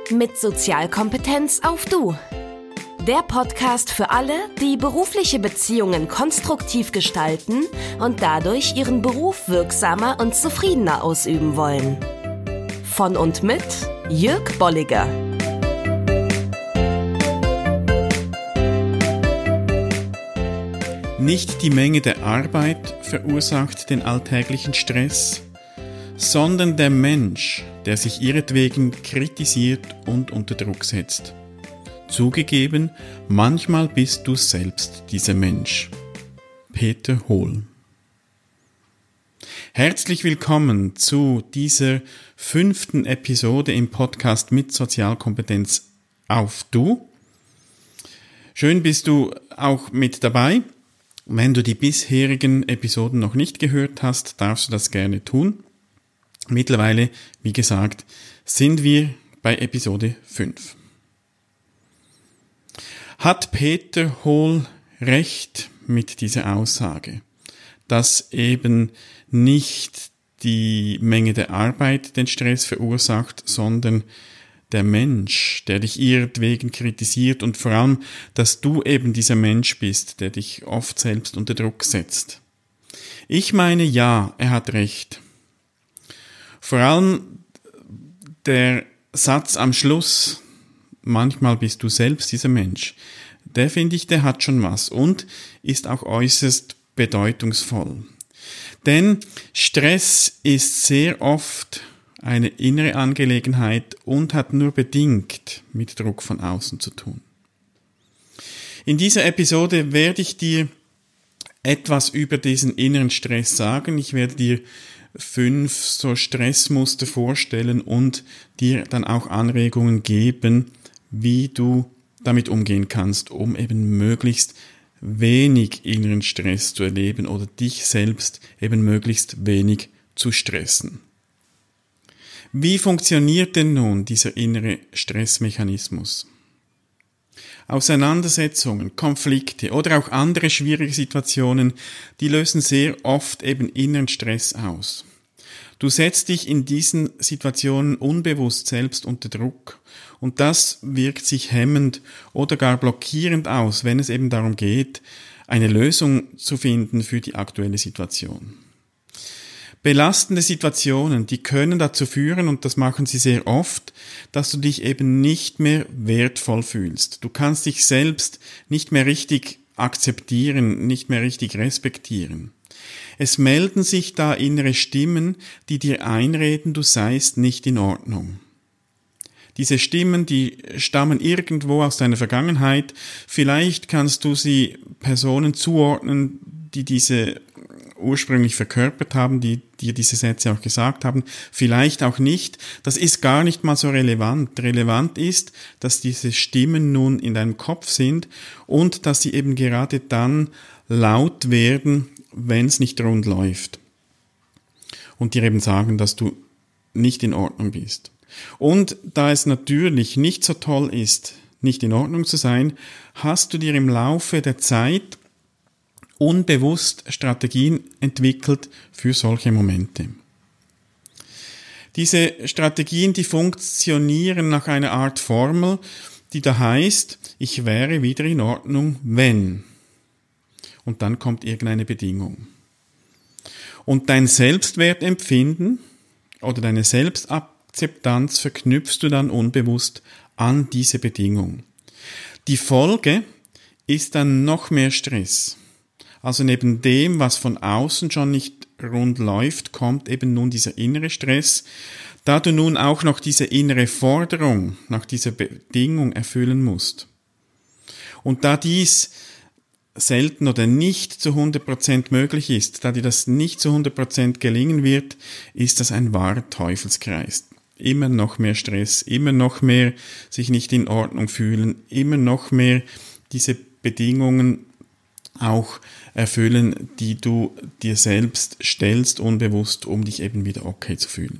Mit Sozialkompetenz auf Du. Der Podcast für alle, die berufliche Beziehungen konstruktiv gestalten und dadurch ihren Beruf wirksamer und zufriedener ausüben wollen. Von und mit Jörg Bolliger. Nicht die Menge der Arbeit verursacht den alltäglichen Stress, sondern der Mensch, der sich ihretwegen kritisiert und unter Druck setzt. Zugegeben, manchmal bist du selbst dieser Mensch. Peter Hohl. Herzlich willkommen zu dieser 5. Episode im Podcast mit Sozialkompetenz auf Du. Schön bist du auch mit dabei. Wenn du die bisherigen Episoden noch nicht gehört hast, darfst du das gerne tun. Mittlerweile, wie gesagt, sind wir bei Episode 5. Hat Peter Hohl recht mit dieser Aussage, dass eben nicht die Menge der Arbeit den Stress verursacht, sondern der Mensch, der dich ihretwegen kritisiert und vor allem, dass du eben dieser Mensch bist, der dich oft selbst unter Druck setzt? Ich meine, ja, er hat recht. Vor allem der Satz am Schluss, manchmal bist du selbst dieser Mensch, der finde ich, der hat schon was und ist auch äußerst bedeutungsvoll. Denn Stress ist sehr oft eine innere Angelegenheit und hat nur bedingt mit Druck von außen zu tun. In dieser Episode werde ich dir etwas über diesen inneren Stress sagen. Ich werde dir 5 so Stressmuster vorstellen und dir dann auch Anregungen geben, wie du damit umgehen kannst, um eben möglichst wenig inneren Stress zu erleben oder dich selbst eben möglichst wenig zu stressen. Wie funktioniert denn nun dieser innere Stressmechanismus? Auseinandersetzungen, Konflikte oder auch andere schwierige Situationen, die lösen sehr oft eben inneren Stress aus. Du setzt dich in diesen Situationen unbewusst selbst unter Druck und das wirkt sich hemmend oder gar blockierend aus, wenn es eben darum geht, eine Lösung zu finden für die aktuelle Situation. Belastende Situationen, die können dazu führen, und das machen sie sehr oft, dass du dich eben nicht mehr wertvoll fühlst. Du kannst dich selbst nicht mehr richtig akzeptieren, nicht mehr richtig respektieren. Es melden sich da innere Stimmen, die dir einreden, du seist nicht in Ordnung. Diese Stimmen, die stammen irgendwo aus deiner Vergangenheit. Vielleicht kannst du sie Personen zuordnen, die diese ursprünglich verkörpert haben, die dir diese Sätze auch gesagt haben, vielleicht auch nicht. Das ist gar nicht mal so relevant. Relevant ist, dass diese Stimmen nun in deinem Kopf sind und dass sie eben gerade dann laut werden, wenn es nicht rund läuft. Und dir eben sagen, dass du nicht in Ordnung bist. Und da es natürlich nicht so toll ist, nicht in Ordnung zu sein, hast du dir im Laufe der Zeit unbewusst Strategien entwickelt für solche Momente. Diese Strategien, die funktionieren nach einer Art Formel, die da heißt, ich wäre wieder in Ordnung, wenn. Und dann kommt irgendeine Bedingung. Und dein Selbstwertempfinden oder deine Selbstakzeptanz verknüpfst du dann unbewusst an diese Bedingung. Die Folge ist dann noch mehr Stress. Also neben dem, was von außen schon nicht rund läuft, kommt eben nun dieser innere Stress, da du nun auch noch diese innere Forderung nach dieser Bedingung erfüllen musst. Und da dies selten oder nicht zu 100% möglich ist, da dir das nicht zu 100% gelingen wird, ist das ein wahrer Teufelskreis. Immer noch mehr Stress, immer noch mehr sich nicht in Ordnung fühlen, immer noch mehr diese Bedingungen auch erfüllen, die du dir selbst stellst, unbewusst, um dich eben wieder okay zu fühlen.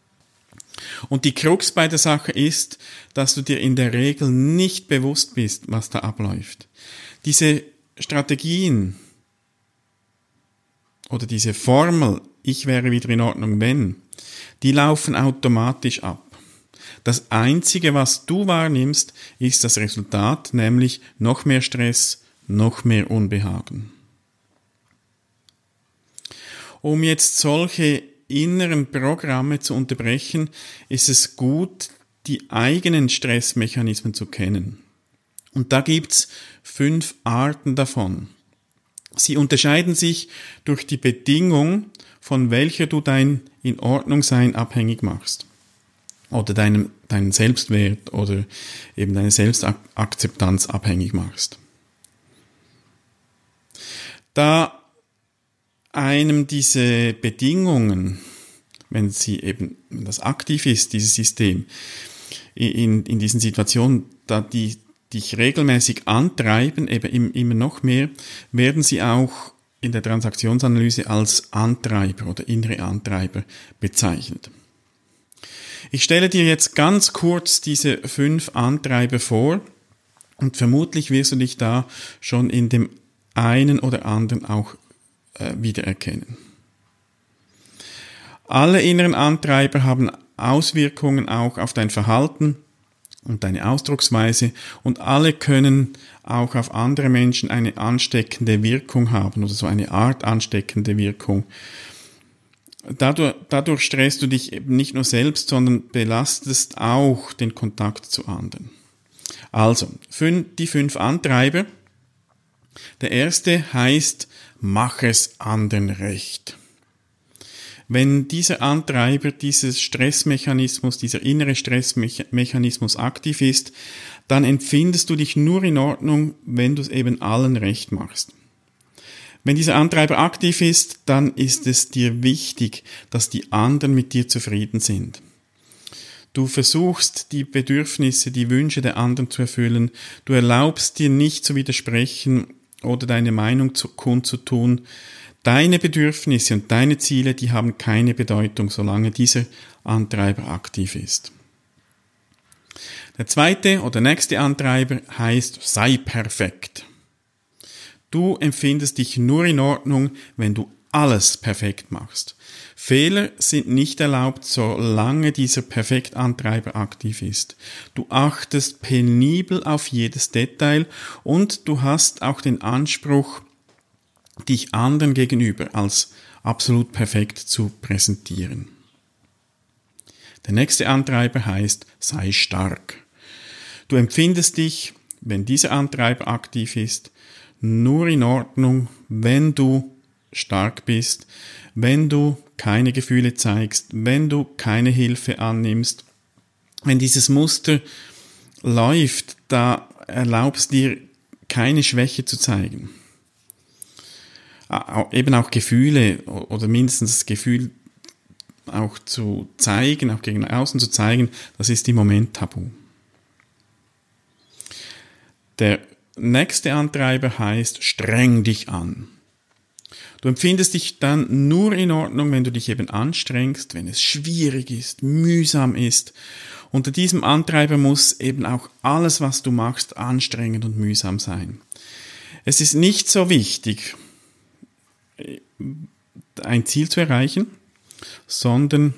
Und die Krux bei der Sache ist, dass du dir in der Regel nicht bewusst bist, was da abläuft. Diese Strategien oder diese Formel, ich wäre wieder in Ordnung, wenn, die laufen automatisch ab. Das Einzige, was du wahrnimmst, ist das Resultat, nämlich noch mehr Stress, noch mehr Unbehagen. Um jetzt solche inneren Programme zu unterbrechen, ist es gut, die eigenen Stressmechanismen zu kennen. Und da gibt's 5 Arten davon. Sie unterscheiden sich durch die Bedingung, von welcher du dein In-Ordnung-Sein abhängig machst. Oder deinen Selbstwert oder eben deine Selbstakzeptanz abhängig machst. Da einem diese Bedingungen, wenn das aktiv ist, dieses System, in diesen Situationen, da die dich regelmäßig antreiben, eben immer noch mehr, werden sie auch in der Transaktionsanalyse als Antreiber oder innere Antreiber bezeichnet. Ich stelle dir jetzt ganz kurz diese 5 Antreiber vor und vermutlich wirst du dich da schon in dem einen oder anderen auch wiedererkennen. Alle inneren Antreiber haben Auswirkungen auch auf dein Verhalten und deine Ausdrucksweise und alle können auch auf andere Menschen eine ansteckende Wirkung haben oder so eine Art ansteckende Wirkung. Dadurch stresst du dich eben nicht nur selbst, sondern belastest auch den Kontakt zu anderen. Also, die 5 Antreiber. Der erste heißt, mach es anderen recht. Wenn dieser Antreiber, dieses Stressmechanismus, dieser innere Stressmechanismus aktiv ist, dann empfindest du dich nur in Ordnung, wenn du es eben allen recht machst. Wenn dieser Antreiber aktiv ist, dann ist es dir wichtig, dass die anderen mit dir zufrieden sind. Du versuchst, die Bedürfnisse, die Wünsche der anderen zu erfüllen. Du erlaubst dir nicht zu widersprechen oder deine Meinung kundzutun. Deine Bedürfnisse und deine Ziele, die haben keine Bedeutung, solange dieser Antreiber aktiv ist. Der zweite oder nächste Antreiber heißt, sei perfekt. Du empfindest dich nur in Ordnung, wenn du alles perfekt machst. Fehler sind nicht erlaubt, solange dieser Perfektantreiber aktiv ist. Du achtest penibel auf jedes Detail und du hast auch den Anspruch, dich anderen gegenüber als absolut perfekt zu präsentieren. Der nächste Antreiber heißt, sei stark. Du empfindest dich, wenn dieser Antreiber aktiv ist, nur in Ordnung, wenn du stark bist, wenn du keine Gefühle zeigst, wenn du keine Hilfe annimmst. Wenn dieses Muster läuft, da erlaubst dir keine Schwäche zu zeigen. Eben auch Gefühle oder mindestens das Gefühl auch zu zeigen, auch gegen außen zu zeigen, das ist im Moment tabu. Der nächste Antreiber heißt, streng dich an. Du empfindest dich dann nur in Ordnung, wenn du dich eben anstrengst, wenn es schwierig ist, mühsam ist. Unter diesem Antreiber muss eben auch alles, was du machst, anstrengend und mühsam sein. Es ist nicht so wichtig, ein Ziel zu erreichen, sondern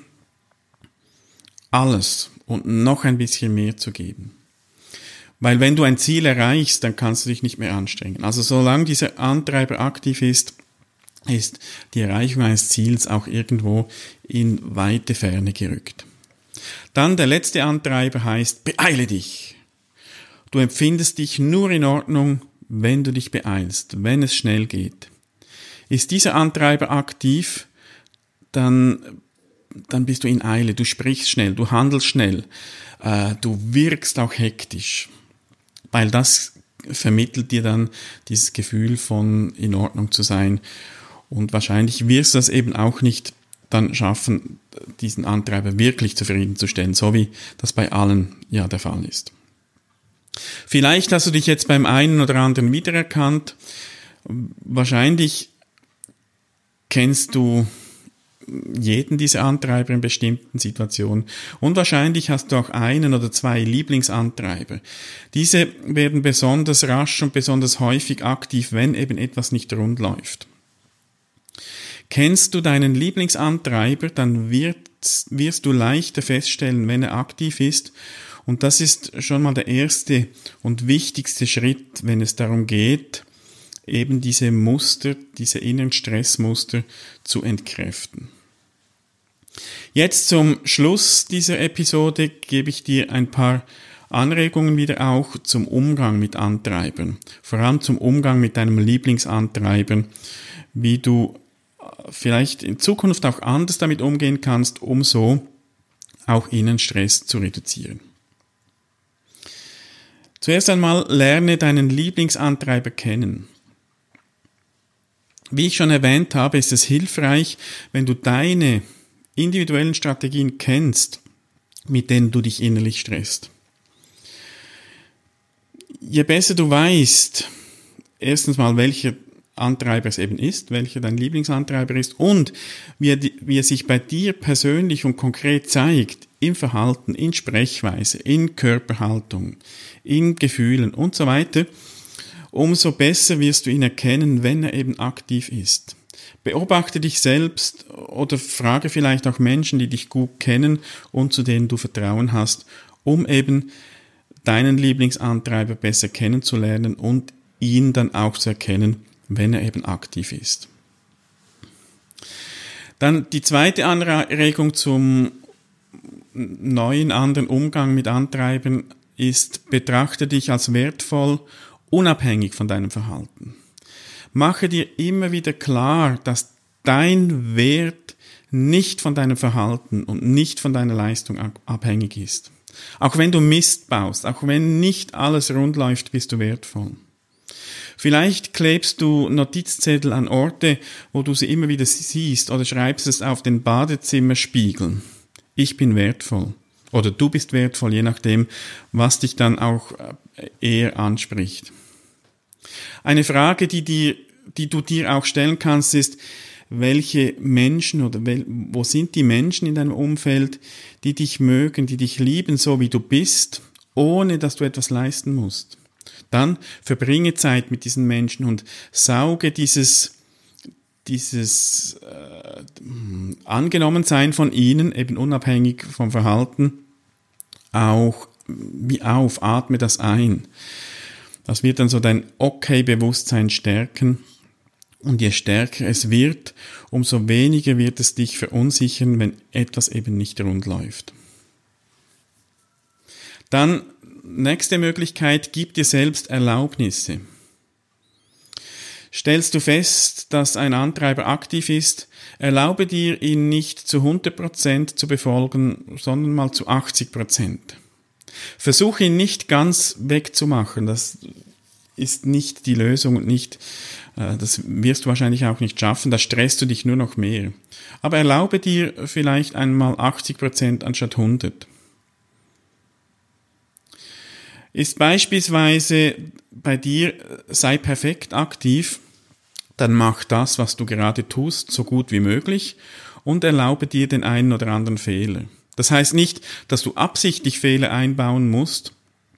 alles und noch ein bisschen mehr zu geben. Weil wenn du ein Ziel erreichst, dann kannst du dich nicht mehr anstrengen. Also solange dieser Antreiber aktiv ist, ist die Erreichung eines Ziels auch irgendwo in weite Ferne gerückt. Dann der letzte Antreiber heißt, beeile dich. Du empfindest dich nur in Ordnung, wenn du dich beeilst, wenn es schnell geht. Ist dieser Antreiber aktiv, dann bist du in Eile, du sprichst schnell, du handelst schnell, du wirkst auch hektisch, weil das vermittelt dir dann dieses Gefühl von in Ordnung zu sein und wahrscheinlich wirst du das eben auch nicht dann schaffen, diesen Antreiber wirklich zufriedenzustellen, so wie das bei allen ja der Fall ist. Vielleicht hast du dich jetzt beim einen oder anderen wiedererkannt, wahrscheinlich kennst du jeden dieser Antreiber in bestimmten Situationen und wahrscheinlich hast du auch einen oder 2 Lieblingsantreiber. Diese werden besonders rasch und besonders häufig aktiv, wenn eben etwas nicht rund läuft. Kennst du deinen Lieblingsantreiber, dann wirst du leichter feststellen, wenn er aktiv ist. Und das ist schon mal der erste und wichtigste Schritt, wenn es darum geht, eben diese Muster, diese inneren Stressmuster zu entkräften. Jetzt zum Schluss dieser Episode gebe ich dir ein paar Anregungen wieder auch zum Umgang mit Antreibern. Vor allem zum Umgang mit deinem Lieblingsantreiber, wie du vielleicht in Zukunft auch anders damit umgehen kannst, um so auch Innenstress zu reduzieren. Zuerst einmal lerne deinen Lieblingsantreiber kennen. Wie ich schon erwähnt habe, ist es hilfreich, wenn du deine individuellen Strategien kennst, mit denen du dich innerlich stresst. Je besser du weißt, erstens mal, welcher Antreiber es eben ist, welcher dein Lieblingsantreiber ist und wie er sich bei dir persönlich und konkret zeigt, im Verhalten, in Sprechweise, in Körperhaltung, in Gefühlen und so weiter, umso besser wirst du ihn erkennen, wenn er eben aktiv ist. Beobachte dich selbst oder frage vielleicht auch Menschen, die dich gut kennen und zu denen du Vertrauen hast, um eben deinen Lieblingsantreiber besser kennenzulernen und ihn dann auch zu erkennen, wenn er eben aktiv ist. Dann die zweite Anregung zum neuen, anderen Umgang mit Antreibern ist, betrachte dich als wertvoll, unabhängig von deinem Verhalten. Mache dir immer wieder klar, dass dein Wert nicht von deinem Verhalten und nicht von deiner Leistung abhängig ist. Auch wenn du Mist baust, auch wenn nicht alles rund läuft, bist du wertvoll. Vielleicht klebst du Notizzettel an Orte, wo du sie immer wieder siehst, oder schreibst es auf den Badezimmerspiegel. Ich bin wertvoll. Oder du bist wertvoll, je nachdem, was dich dann auch eher anspricht. Eine Frage, die du dir auch stellen kannst, ist, welche Menschen oder wo sind die Menschen in deinem Umfeld, die dich mögen, die dich lieben, so wie du bist, ohne dass du etwas leisten musst. Dann verbringe Zeit mit diesen Menschen und sauge dieses Angenommensein von ihnen, eben unabhängig vom Verhalten, auch wie auf, atme das ein. Das wird dann so dein Okay-Bewusstsein stärken. Und je stärker es wird, umso weniger wird es dich verunsichern, wenn etwas eben nicht rund läuft. Dann, nächste Möglichkeit, gib dir selbst Erlaubnisse. Stellst du fest, dass ein Antreiber aktiv ist, erlaube dir, ihn nicht zu 100% zu befolgen, sondern mal zu 80%. Versuche ihn nicht ganz wegzumachen, das ist nicht die Lösung und das wirst du wahrscheinlich auch nicht schaffen, da stresst du dich nur noch mehr. Aber erlaube dir vielleicht einmal 80% anstatt 100%. Ist beispielsweise bei dir, sei perfekt aktiv, dann mach das, was du gerade tust, so gut wie möglich und erlaube dir den einen oder anderen Fehler. Das heißt nicht, dass du absichtlich Fehler einbauen musst,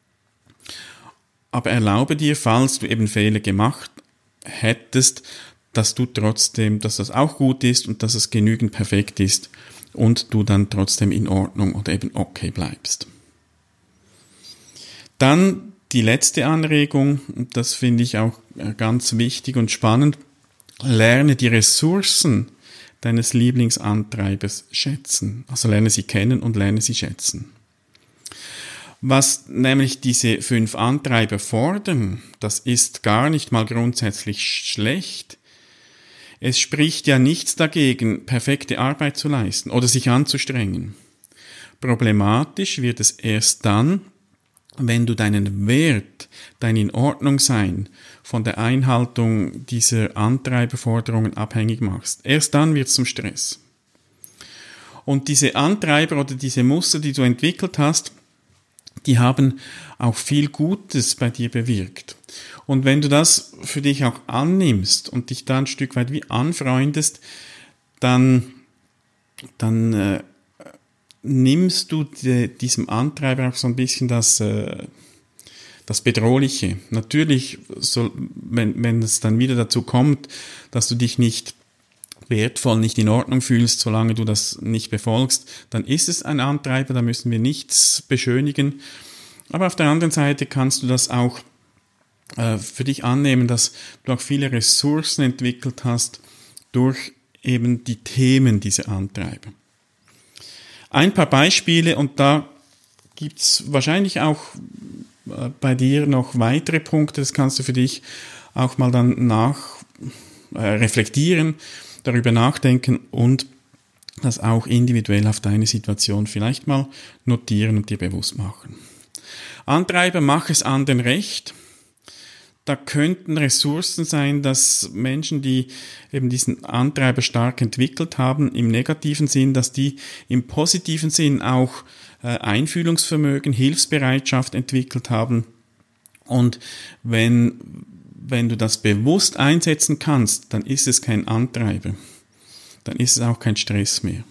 aber erlaube dir, falls du eben Fehler gemacht hättest, dass das auch gut ist und dass es genügend perfekt ist und du dann trotzdem in Ordnung oder eben okay bleibst. Dann die letzte Anregung, und das finde ich auch ganz wichtig und spannend, lerne die Ressourcen deines Lieblingsantreibers schätzen. Also lerne sie kennen und lerne sie schätzen. Was nämlich diese 5 Antreiber fordern, das ist gar nicht mal grundsätzlich schlecht. Es spricht ja nichts dagegen, perfekte Arbeit zu leisten oder sich anzustrengen. Problematisch wird es erst dann, wenn du deinen Wert, dein In-Ordnung-Sein von der Einhaltung dieser Antreiberforderungen abhängig machst. Erst dann wird es zum Stress. Und diese Antreiber oder diese Muster, die du entwickelt hast, die haben auch viel Gutes bei dir bewirkt. Und wenn du das für dich auch annimmst und dich da ein Stück weit wie anfreundest, dann nimmst du diesem Antreiber auch so ein bisschen das Bedrohliche. Natürlich, wenn es dann wieder dazu kommt, dass du dich nicht wertvoll, nicht in Ordnung fühlst, solange du das nicht befolgst, dann ist es ein Antreiber, da müssen wir nichts beschönigen. Aber auf der anderen Seite kannst du das auch für dich annehmen, dass du auch viele Ressourcen entwickelt hast durch eben die Themen dieser Antreiber. Ein paar Beispiele, und da gibt's wahrscheinlich auch bei dir noch weitere Punkte, das kannst du für dich auch mal dann reflektieren, darüber nachdenken und das auch individuell auf deine Situation vielleicht mal notieren und dir bewusst machen. Antreiber, mach es anderen recht. Da könnten Ressourcen sein, dass Menschen, die eben diesen Antreiber stark entwickelt haben, im negativen Sinn, dass die im positiven Sinn auch Einfühlungsvermögen, Hilfsbereitschaft entwickelt haben. Und wenn du das bewusst einsetzen kannst, dann ist es kein Antreiber. Dann ist es auch kein Stress mehr.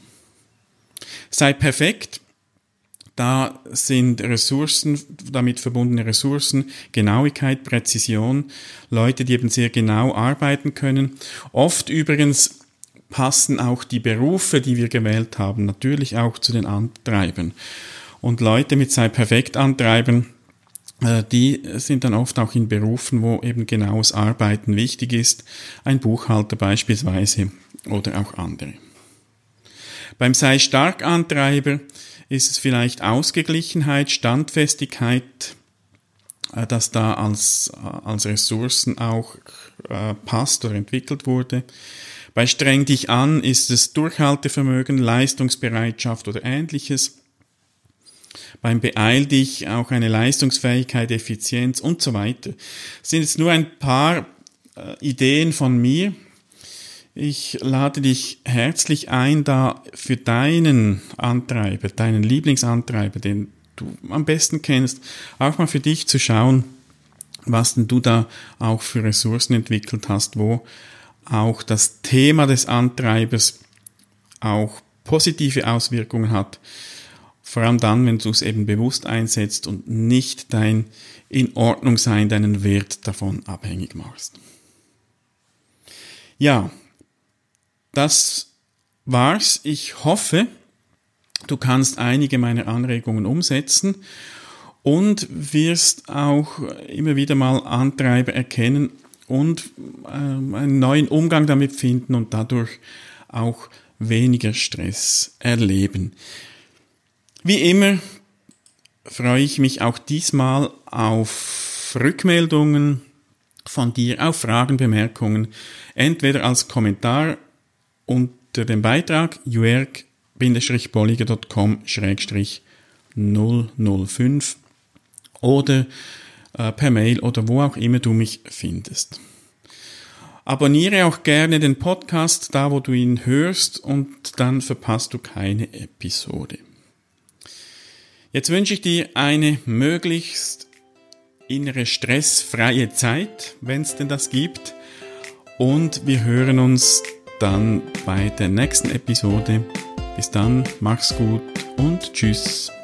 Sei perfekt. Da sind Ressourcen, damit verbundene Ressourcen, Genauigkeit, Präzision, Leute, die eben sehr genau arbeiten können. Oft übrigens passen auch die Berufe, die wir gewählt haben, natürlich auch zu den Antreibern. Und Leute mit Sei-Perfekt-Antreibern, die sind dann oft auch in Berufen, wo eben genaues Arbeiten wichtig ist. Ein Buchhalter beispielsweise oder auch andere. Beim Sei-Stark-Antreiber ist es vielleicht Ausgeglichenheit, Standfestigkeit, das da als Ressourcen auch passt oder entwickelt wurde. Bei Streng dich an ist es Durchhaltevermögen, Leistungsbereitschaft oder Ähnliches. Beim Beeil dich auch eine Leistungsfähigkeit, Effizienz und so weiter. Das sind jetzt nur ein paar Ideen von mir. Ich lade dich herzlich ein, da für deinen Antreiber, deinen Lieblingsantreiber, den du am besten kennst, auch mal für dich zu schauen, was denn du da auch für Ressourcen entwickelt hast, wo auch das Thema des Antreibers auch positive Auswirkungen hat. Vor allem dann, wenn du es eben bewusst einsetzt und nicht dein In-Ordnung-Sein, deinen Wert davon abhängig machst. Ja, das war's. Ich hoffe, du kannst einige meiner Anregungen umsetzen und wirst auch immer wieder mal Antreiber erkennen und einen neuen Umgang damit finden und dadurch auch weniger Stress erleben. Wie immer freue ich mich auch diesmal auf Rückmeldungen von dir, auf Fragen, Bemerkungen, entweder als Kommentar unter dem Beitrag juerg-bolliger.com/005 oder per Mail oder wo auch immer du mich findest. Abonniere auch gerne den Podcast, da wo du ihn hörst, und dann verpasst du keine Episode. Jetzt wünsche ich dir eine möglichst innere stressfreie Zeit, wenn es denn das gibt, und wir hören uns dann bei der nächsten Episode. Bis dann, mach's gut und tschüss.